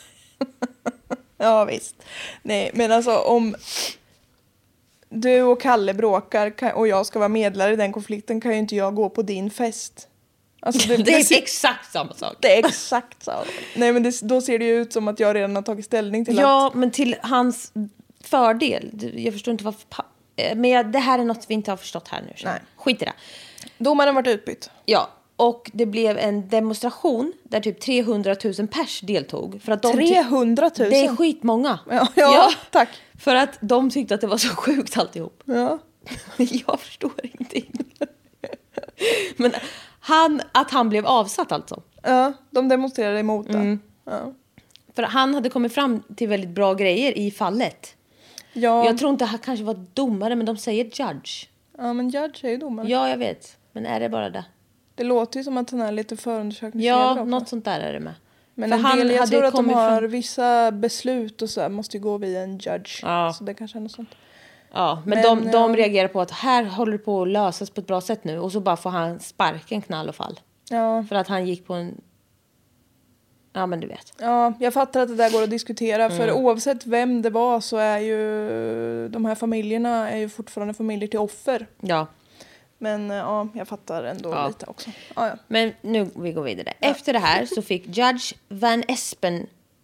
Ja, visst. Nej, men alltså om... Du och Kalle bråkar och jag ska vara medlare i den konflikten kan ju inte jag gå på din fest. Alltså det, det är exakt samma sak. Det är exakt samma. Nej, men det, då ser det ju ut som att jag redan har tagit ställning till ja, att... men till hans fördel. Jag förstår inte varför... Men jag, det här är något vi inte har förstått här nu. Nej. Skit i det. Domaren varit utbytt. Ja, och det blev en demonstration där typ trehundratusen pers deltog. För att de trehundratusen? Det är skitmånga. Ja, ja, ja, tack. För att de tyckte att det var så sjukt alltihop. Ja. Jag förstår ingenting. Men han, att han blev avsatt alltså. Ja, de demonstrerade emot det. Mm. Ja. För han hade kommit fram till väldigt bra grejer i fallet. Ja. Jag tror inte han kanske var domare, men de säger judge. Ja, men judge är ju domare. Ja, jag vet. Men är det bara det? Det låter ju som att han är lite förundersökningsledare. Ja, också. något sånt där är det med. Men för en han del, jag hade tror att de har fram... vissa beslut och så här, måste ju gå via en judge. Ja. Så det kanske är något sånt. Ja, men, men de, de reagerar på att här håller det på att lösas på ett bra sätt nu. Och så bara får han sparken knall och fall. Ja. För att han gick på en... Ja, men du vet. Ja, jag fattar att det där går att diskutera. Mm. För oavsett vem det var så är ju de här familjerna är ju fortfarande familjer till offer. Ja. Men ja, jag fattar ändå ja. lite också. Ja, ja. Men nu vi går vidare. Ja. Efter det här så fick Judge Van Espen...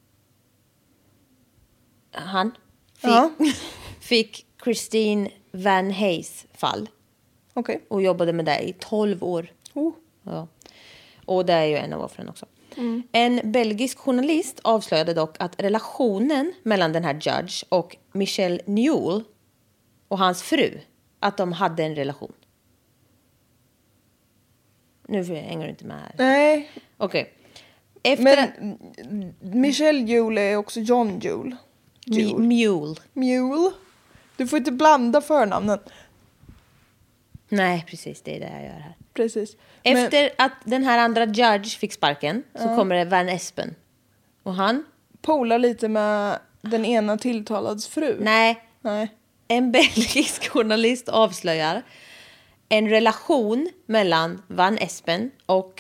Han fick, ja. fick Christine Van Hayes fall. Okej. Okay. Och jobbade med det i tolv år. Oh. Ja. Och det är ju en av offren också. Mm. En belgisk journalist avslöjade dock att relationen mellan den här Judge och Michelle Newell och hans fru, att de hade en relation. Nu hänger du inte med här. Nej. Okej. Okay. Men att... Michelle Newell är också John Newell. Mule. Mule. Du får inte blanda förnamnen. Nej, precis. Det är det jag gör här. Precis. Efter Men... att den här andra Judge fick sparken så uh. kommer det Van Espen. Och han? Polar lite med den ena tilltalads fru. Nej. Nej. En belgisk journalist avslöjar en relation mellan Van Espen och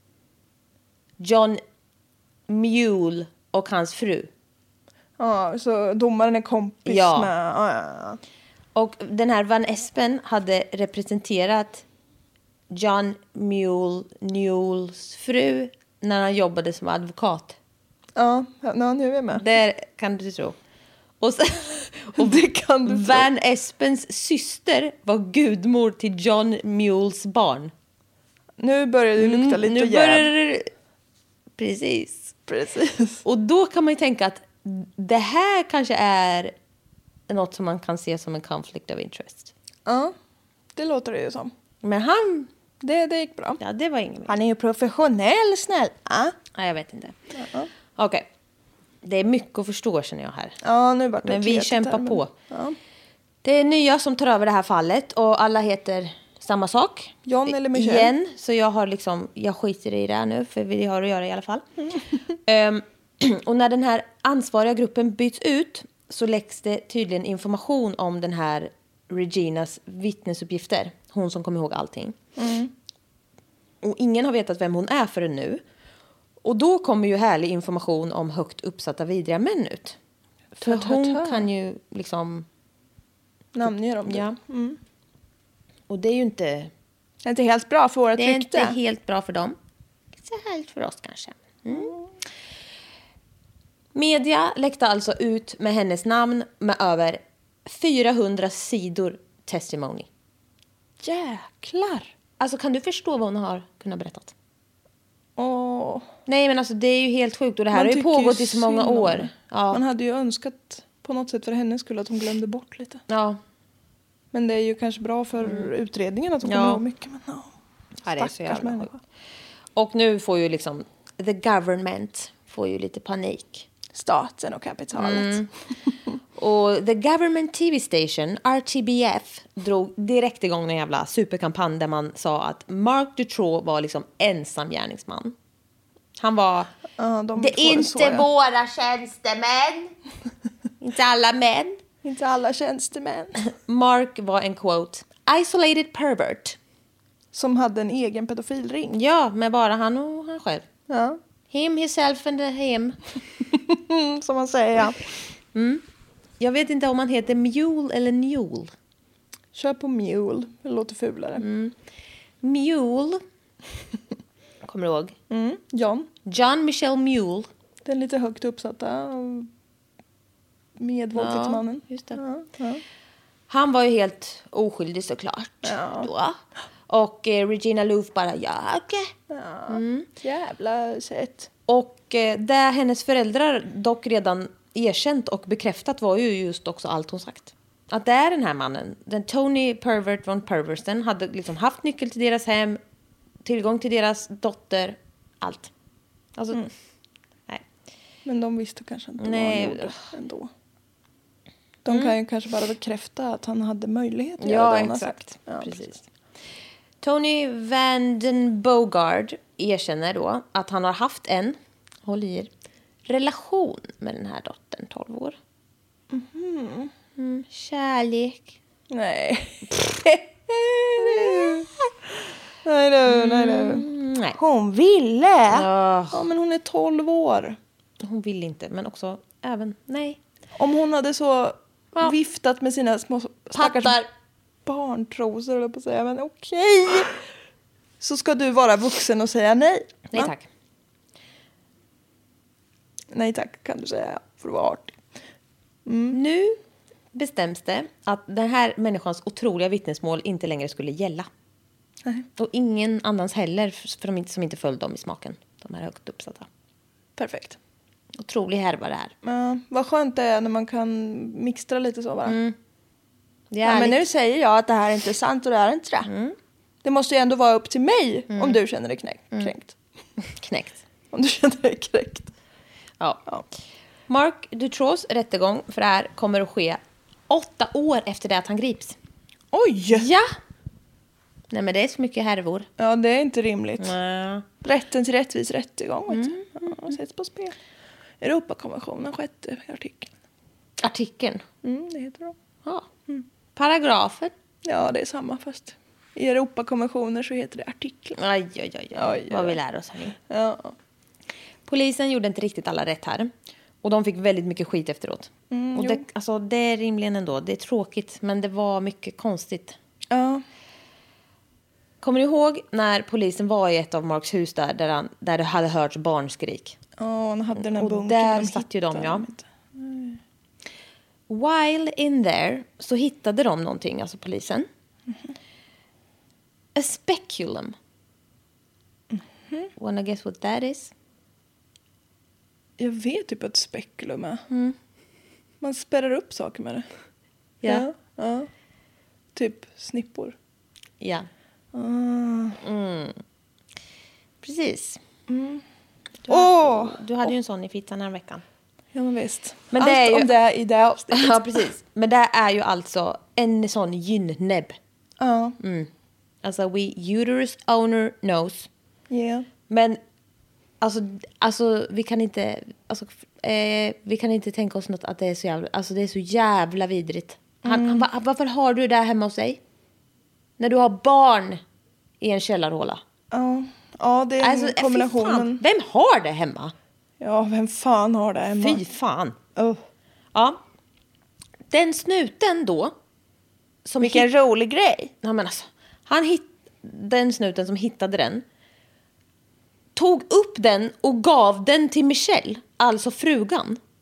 John Mule och hans fru. Ja, så domaren är kompis ja. med... Ja, ja, ja. Och den här Van Espen hade representerat John Mule Newells fru när han jobbade som advokat. Ja, ja nu är jag med. Det kan du tro. Och, så, och det kan du Van tro. Espens syster var gudmor till John Mules barn. Nu börjar det lukta lite mm, nu jäv. börjar det... Precis. Precis. Och då kan man ju tänka att det här kanske är något som man kan se som en conflict of interest. Ja, det låter det ju som. Men han... Det, det gick bra. Ja, det var ingen. Han är ju professionell, snäll. Ja, ja jag vet inte. Uh-huh. Okej. Okay. Det är mycket att förstå, känner jag här. Ja, nu vart det Men vi kämpar här, men... på. Ja. Det är nya som tar över det här fallet. Och alla heter samma sak. John eller Michelle. Igen. Så jag har liksom... Jag skiter i det här nu. För vi har att göra i alla fall. um, och när den här ansvariga gruppen byts ut så läggs det tydligen information om den här Reginas vittnesuppgifter. Hon som kommer ihåg allting. Mm. Och ingen har vetat vem hon är förrän nu. Och då kommer ju härlig information om högt uppsatta vidriga män ut. För hon kan ju liksom... namnger om det. Ja. Mm. Och det är ju inte... Det är inte helt bra för våra Det är rykte. inte helt bra för dem. Så helt för oss kanske. Mm. Media läckte alltså ut med hennes namn med över fyrahundra sidor testimony. Jäklar. Alltså kan du förstå vad hon har kunnat berättat? Åh. Nej men alltså det är ju helt sjukt och det här Man har ju tycker pågått ju i så många synd om år. det. Ja. Man hade ju önskat på något sätt för hennes skull att hon glömde bort lite. Ja. Men det är ju kanske bra för mm. utredningen att hon Ja. kommer ihåg mycket. Men no. Ja, det är så Stackars jävla människa. sjukt. Och nu får ju liksom the government får ju lite panik. Staten och kapitalet. Mm. Och the government T V station R T B F drog direkt igång en jävla superkampanj där man sa att Mark Dutroux var liksom ensam gärningsman. Han var Ja, de det är inte så, ja. våra tjänstemän. Inte alla män. Inte alla tjänstemän. Mark var en quote isolated pervert. Som hade en egen pedofilring. Ja, med bara han och han själv. Ja. Him, himself and the him. Som man säger, ja. Mm. Jag vet inte om han heter Mule eller Mule. Kör på Mule. Det låter fulare. Mm. Mule. Kommer du ihåg? Mm. John. John Michel Mule. Den lite högt uppsatta medvåldtäktsmannen. Ja, just det. Ja, ja. Han var ju helt oskyldig såklart. Ja. Då. Och eh, Regina Louf bara, ja okej. Ja. Mm. Jävla sätt. Och eh, det hennes föräldrar dock redan erkänt och bekräftat var ju just också allt hon sagt. Att det är den här mannen, den Tony Pervert von Perversen, hade liksom haft nyckel till deras hem, tillgång till deras dotter, allt. Alltså, mm. nej. Men de visste kanske inte nej. vad han gjorde ändå. De Mm. kan ju kanske bara bekräfta att han hade möjlighet att ja, göra det han exakt. sagt. Ja, precis. precis. Tony Vanden Bogard erkänner då att han har haft en, håll i er, relation med den här dottern, tolv år. Mm. Mm, kärlek. Nej. nej du, nej du. Mm, nej. Hon ville. Ja. Ja, men hon är tolv år. Hon vill inte, men också även, nej. Om hon hade så ja. viftat med sina små stackars Pattar. barntrosor, eller på att säga, men okej. Okay. Så ska du vara vuxen och säga nej. Nej va? tack. Nej tack kan du säga, för att vara artig. Mm. Nu bestäms det att den här människans otroliga vittnesmål inte längre skulle gälla. Nej. Och ingen annans heller för de som inte följde dem i smaken. De här högt uppsatta. Perfekt. Otrolig härva det här. Ja, vad skönt det är när man kan mixtra lite så bara. Mm. Det ja, men nu säger jag att det här är inte sant och det här är inte det. Mm. Det måste ju ändå vara upp till mig mm. om du känner dig knäckt. Mm. kränkt. Knäckt. Om du känner dig kränkt. Ja. ja. Mark Dutroux rättegång för det här kommer att ske åtta år efter det att han grips. Oj! Ja! Nej men det är så mycket härvor. Ja, det är inte rimligt. Mm. Rätten till rättvis rättegång. Mm. Ja, sätts på spel. Europakonventionen, sjätte artikeln. Artikeln? Mm, det heter det. Ja. Mm. Paragrafen? Ja, det är samma fast i Europakonventioner så heter det artikeln. Aj, aj, aj, aj. aj vad vi lär oss här nu. Ja. Polisen gjorde inte riktigt alla rätt här. Och de fick väldigt mycket skit efteråt. Mm, och det, alltså, det är rimligen ändå. Det är tråkigt, men det var mycket konstigt. Ja. Kommer du ihåg när polisen var i ett av Marks hus där, där, han, där det hade hörts barnskrik? Ja, han hade den här och bunkern. där satt ju de, ja. Mm. While in there så hittade de någonting, alltså polisen. Mm-hmm. A speculum. Mm-hmm. Wanna guess what that is? Jag vet typ att spekulum är. Mm. Man spärrar upp saker med det. Ja. Ja. ja. Typ snippor. Ja. Ah. Mm. Precis. Mm. Du, oh. hade, du hade ju en sån i fittan här veckan. Ja, men visst. Men allt det är ju, om det i det avsnittet. Ja, precis. Men det är ju alltså en sån gynnäbb. Ja. Mm. Alltså, we uterus owner knows. Ja. Yeah. Men alltså, alltså vi kan inte alltså, eh, vi kan inte tänka oss något att det är så jävla, alltså det är så jävla vidrigt. Han, mm. han, varför har du det hemma hos dig? När du har barn i en källarhåla. Ja, ja det är alltså, kombinationen. Vem har det hemma? Ja, vem fan har det hemma? Fy fan. Oh. Ja. Den snuten då. Som Vilken hit... rolig grej. Ja, men alltså, han hitt... Den snuten som hittade den tog upp den och gav den till Michelle, alltså frugan.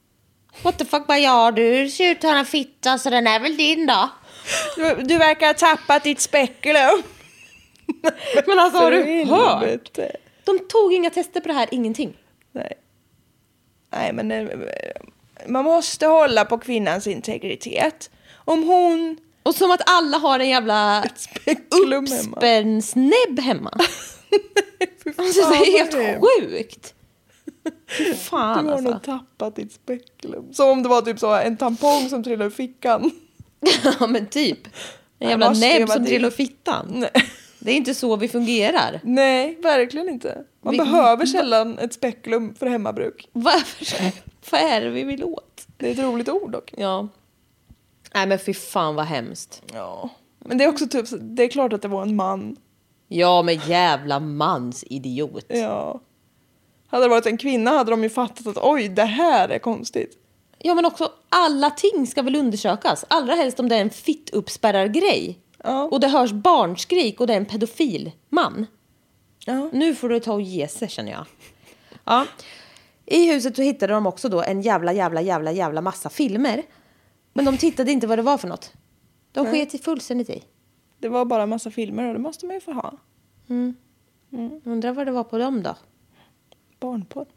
What the fuck, vad gör du? Du ser ut att ha en fitta, så den är väl din då? Du, du verkar ha tappat ditt spekulum. Men alltså, har du hört? Helvete. De tog inga tester på det här, ingenting. Nej. Nej, men eh, man måste hålla på kvinnans integritet. Om hon... Och som att alla har en jävla uppspännsnäbb hemma. Alltså, det är helt sjukt. Fy fan, du har alltså. nog tappat ditt spekulum. Som om det var typ så en tampong som trillade ur fickan. Ja, men typ. En jävla näbb som trillar ur fittan. Nej. Det är inte så vi fungerar. Nej, verkligen inte. Man Vi- behöver sällan ett spekulum för hemmabruk. Varför? Vad är det vi vill åt? Det är ett roligt ord dock. Ja. Nej, men fy fan vad hemskt. Ja. Men det är också typ, det är klart att det var en man. Ja, men jävla mans idiot. Ja. Hade det varit en kvinna hade de ju fattat att oj, det här är konstigt. Ja, men också alla ting ska väl undersökas. Allra helst om det är en fittuppspärrar-grej. Ja. Och det hörs barnskrik och det är en pedofil man. Ja. Nu får du ta och ge sig, känner jag. Ja. I huset så hittade de också då en jävla, jävla, jävla, jävla massa filmer. Men de tittade inte vad det var för något. De Nej. sket i fullständigt i. Det var bara en massa filmer och det måste man ju få ha. Mm. Mm. Undrar vad det var på dem då. Barnporr.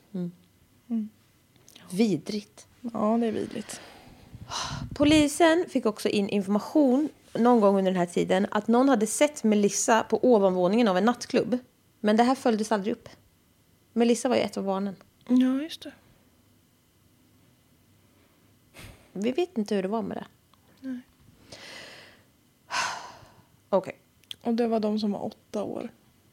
Vidrigt. Ja, det är vidrigt. Polisen fick också in information någon gång under den här tiden att någon hade sett Melissa på ovanvåningen av en nattklubb. Men det här följdes aldrig upp. Melissa var ju ett av barnen. Ja, just det. Vi vet inte hur det var med det. Nej. Okej. Okay. Och det var de som var åtta år.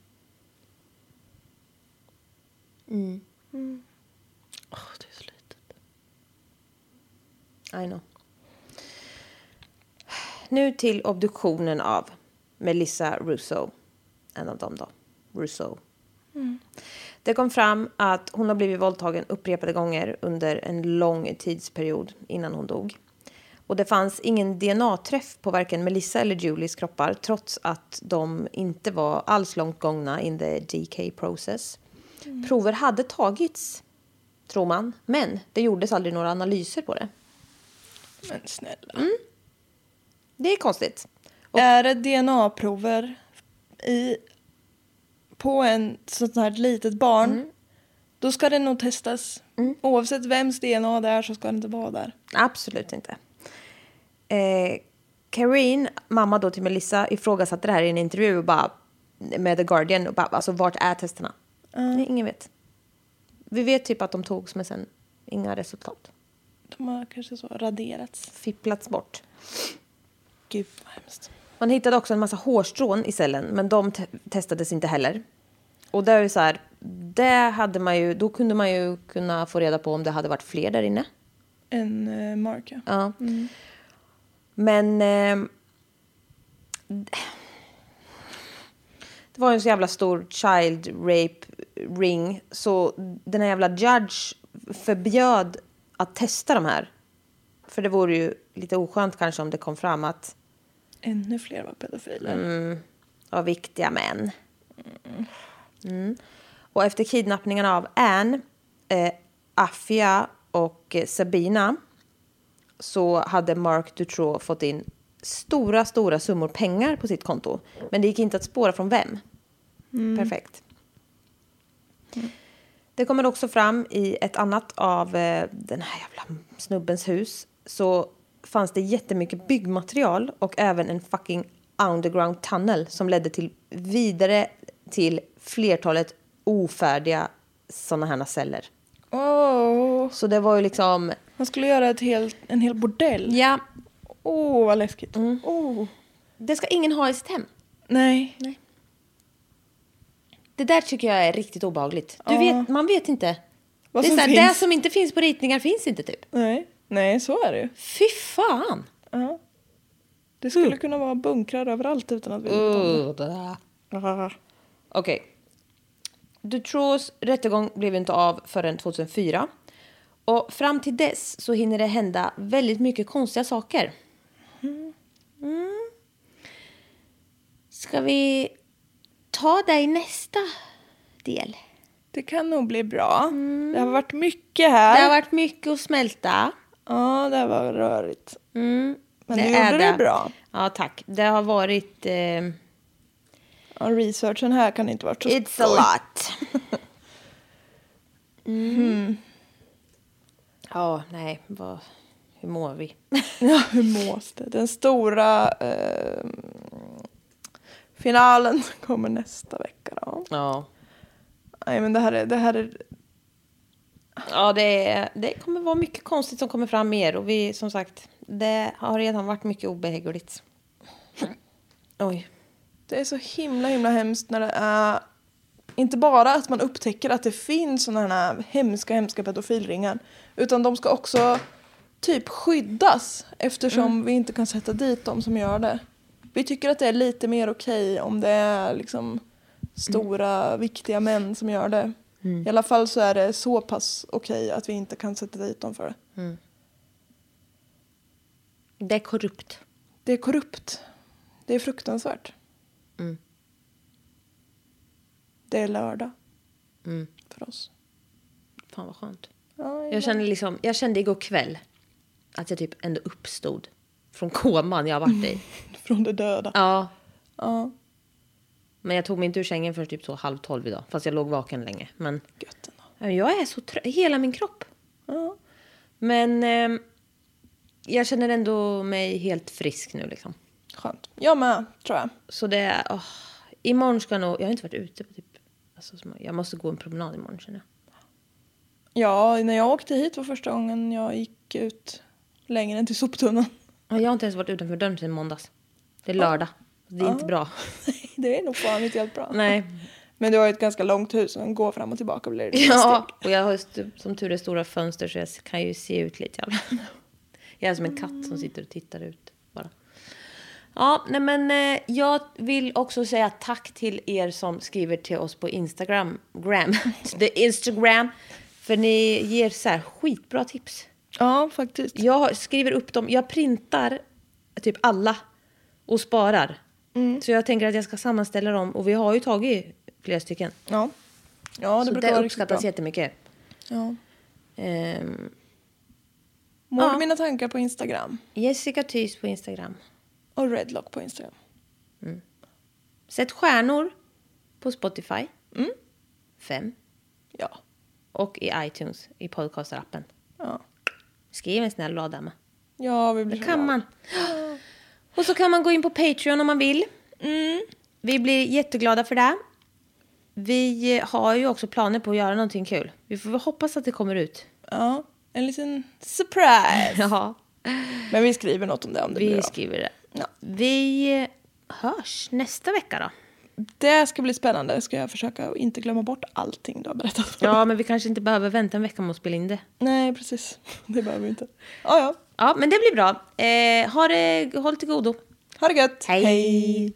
Mm. Mm. Oh, det är så litet. I know. Nu till obduktionen av Melissa Russo. En av dem då. Russo. Mm. Det kom fram att hon har blivit våldtagen upprepade gånger under en lång tidsperiod innan hon dog. Och det fanns ingen D N A-träff på varken Melissa eller Julies kroppar trots att de inte var alls långt gångna in the D K process. Mm. Prover hade tagits, tror man, men det gjordes aldrig några analyser på det. Men snälla. Mm. Det är konstigt. Och är det D N A-prover i, på en sånt här litet barn, mm. då ska det nog testas. Mm. Oavsett vems D N A det är så ska det inte vara där. Absolut inte. Eh, Karine, mamma då till Melissa, ifrågasatte det här i en intervju och bara, med The Guardian. Och bara, alltså, vart är testerna? Mm. Nej, ingen vet. Vi vet typ att de togs, men sen inga resultat. De har kanske så raderats. Fipplats bort. Gud vad hemskt. Man hittade också en massa hårstrån i cellen, men de te- testades inte heller. Och det är ju så här, det hade man ju, då kunde man ju kunna få reda på om det hade varit fler där inne. En uh, mark, ja. Mm. Men eh, det var ju en så jävla stor child rape ring, så den här jävla judge förbjöd att testa de här. För det vore ju lite oskönt kanske om det kom fram att ännu fler var pedofiler. Mm, och viktiga män. Mm. Mm. Och efter kidnappningarna av Anne, eh, Afia och eh, Sabina så hade Mark Dutroux fått in stora, stora summor pengar på sitt konto. Men det gick inte att spåra från vem. Mm. Perfekt. Mm. Det kommer också fram i ett annat av eh, den här jävla snubbens hus. Så fanns det jättemycket byggmaterial och även en fucking underground tunnel som ledde till vidare till flertalet ofärdiga såna här celler. Oh. Så det var ju liksom... Man skulle göra ett helt, en hel bordell. Ja. Åh, oh, vad läskigt. Mm. Oh. Det ska ingen ha i sitt hem. Nej. Nej. Det där tycker jag är riktigt obehagligt. Du ja. vet, man vet inte. Vad det är som så här, finns. det som inte finns på ritningar finns inte typ. Nej, Nej så är det ju. Fy fan. Ja. Det skulle mm. kunna vara bunkrar överallt utan att vi vet uh, Okej. Okay. Dutroux rättegång blev inte av förrän tjugohundrafyra. Och fram till dess så hinner det hända väldigt mycket konstiga saker. Mm. Mm. Ska vi ta det i nästa del? Det kan nog bli bra. Mm. Det har varit mycket här. Det har varit mycket att smälta. Ja, det var rörigt. Mm. Men det du är gjorde det det bra. Ja, tack. Det har varit... Eh... Ja, researchen här kan inte vara så It's skoj. a lot. mm. Mm. Ja, nej. Vad... Hur mår vi? Ja, hur mås det? Den stora eh, finalen kommer nästa vecka då. Ja. Nej, men det här är... Det här är... Ja, det, är, det kommer vara mycket konstigt som kommer fram mer. Och vi, som sagt, det har redan varit mycket obehagligt. Oj. Det är så himla, himla hemskt när det är... Inte bara att man upptäcker att det finns sådana här hemska, hemska pedofilringar. Utan de ska också typ skyddas. Eftersom mm. vi inte kan sätta dit dem som gör det. Vi tycker att det är lite mer okej om det är liksom stora, mm. viktiga män som gör det. Mm. I alla fall så är det så pass okej att vi inte kan sätta dit dem för det. Mm. Det är korrupt. Det är korrupt. Det är fruktansvärt. Mm. Det är lördag. Mm. För oss. Fan vad skönt. Ja, jag, jag, kände liksom, jag kände igår kväll att jag typ ändå uppstod från koman jag har varit i. Från det döda. Ja. Ja. Men jag tog mig inte ur sängen för typ så halv tolv idag. Fast jag låg vaken länge. Men gött ändå. Jag är så trött. Hela min kropp. Ja. Men eh, jag känner ändå mig helt frisk nu liksom. Skönt. Jag med, tror jag. Så det är... Oh, imorgon ska jag nog... Jag har inte varit ute på typ... Alltså, jag måste gå en promenad imorgon, känner jag. Ja, när jag åkte hit var första gången jag gick ut längre än till soptunnan. Ja, jag har inte ens varit utanför dörren sedan måndags. Det är lördag. Det är ja. inte bra. Det är nog fan inte helt bra. Nej. Men du har ju ett ganska långt hus och går fram och tillbaka blir det ja, steg. Och jag har som tur är stora fönster så jag kan ju se ut lite. Jag är som en katt som sitter och tittar ut bara. Ja, nej men eh, jag vill också säga tack till er som skriver till oss på Instagram. Gram, the Instagram. För ni ger så här skitbra tips. Ja, faktiskt. Jag skriver upp dem. Jag printar typ alla och sparar. Mm. Så jag tänker att jag ska sammanställa dem. Och vi har ju tagit flera stycken. Ja, ja det så brukar det vara uppskattas jättemycket. Ja. Um, Mord ja. mina tankar på Instagram. Jessica Thys på Instagram. Och Redlock på Instagram. Mm. Sätt stjärnor på Spotify. Mm. Fem. Ja. Och i iTunes, i podcastarappen. Ja. Skriv en snäll låda med. Ja, vi blir det så kan bra. man. Och så kan man gå in på Patreon om man vill. Mm. Vi blir jätteglada för det. Vi har ju också planer på att göra någonting kul. Vi får hoppas att det kommer ut. Ja, en liten surprise. Ja. Men vi skriver något om det om det vi blir Vi skriver det. Ja. Vi hörs nästa vecka då. Det ska bli spännande. Ska jag försöka att inte glömma bort allting du har berättat. Ja, men vi kanske inte behöver vänta en vecka med att spela in det. Nej, precis. Det behöver vi inte. Ja, ja. Ja, men det blir bra. Eh, ha det, håll till godo. Ha det gött. Hej. Hej.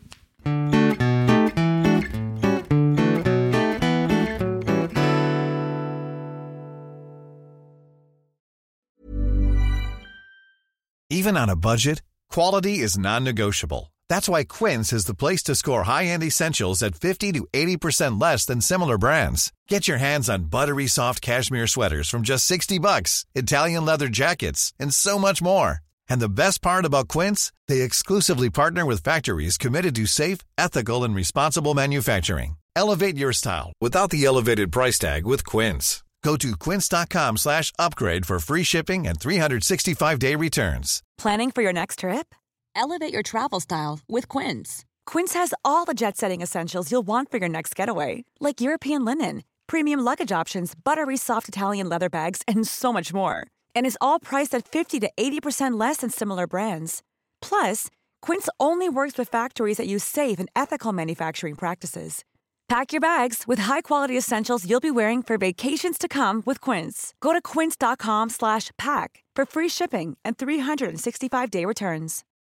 Even on a budget, quality is non-negotiable. That's why Quince is the place to score high-end essentials at fifty to eighty percent less than similar brands. Get your hands on buttery soft cashmere sweaters from just sixty bucks, Italian leather jackets, and so much more. And the best part about Quince, they exclusively partner with factories committed to safe, ethical, and responsible manufacturing. Elevate your style without the elevated price tag with Quince. Go to quince.com slash upgrade for free shipping and three sixty-five day returns. Planning for your next trip? Elevate your travel style with Quince. Quince has all the jet-setting essentials you'll want for your next getaway, like European linen, premium luggage options, buttery soft Italian leather bags, and so much more. And is all priced at fifty to eighty percent less than similar brands. Plus, Quince only works with factories that use safe and ethical manufacturing practices. Pack your bags with high-quality essentials you'll be wearing for vacations to come with Quince. Go to quince.com slash pack for free shipping and three sixty-five day returns.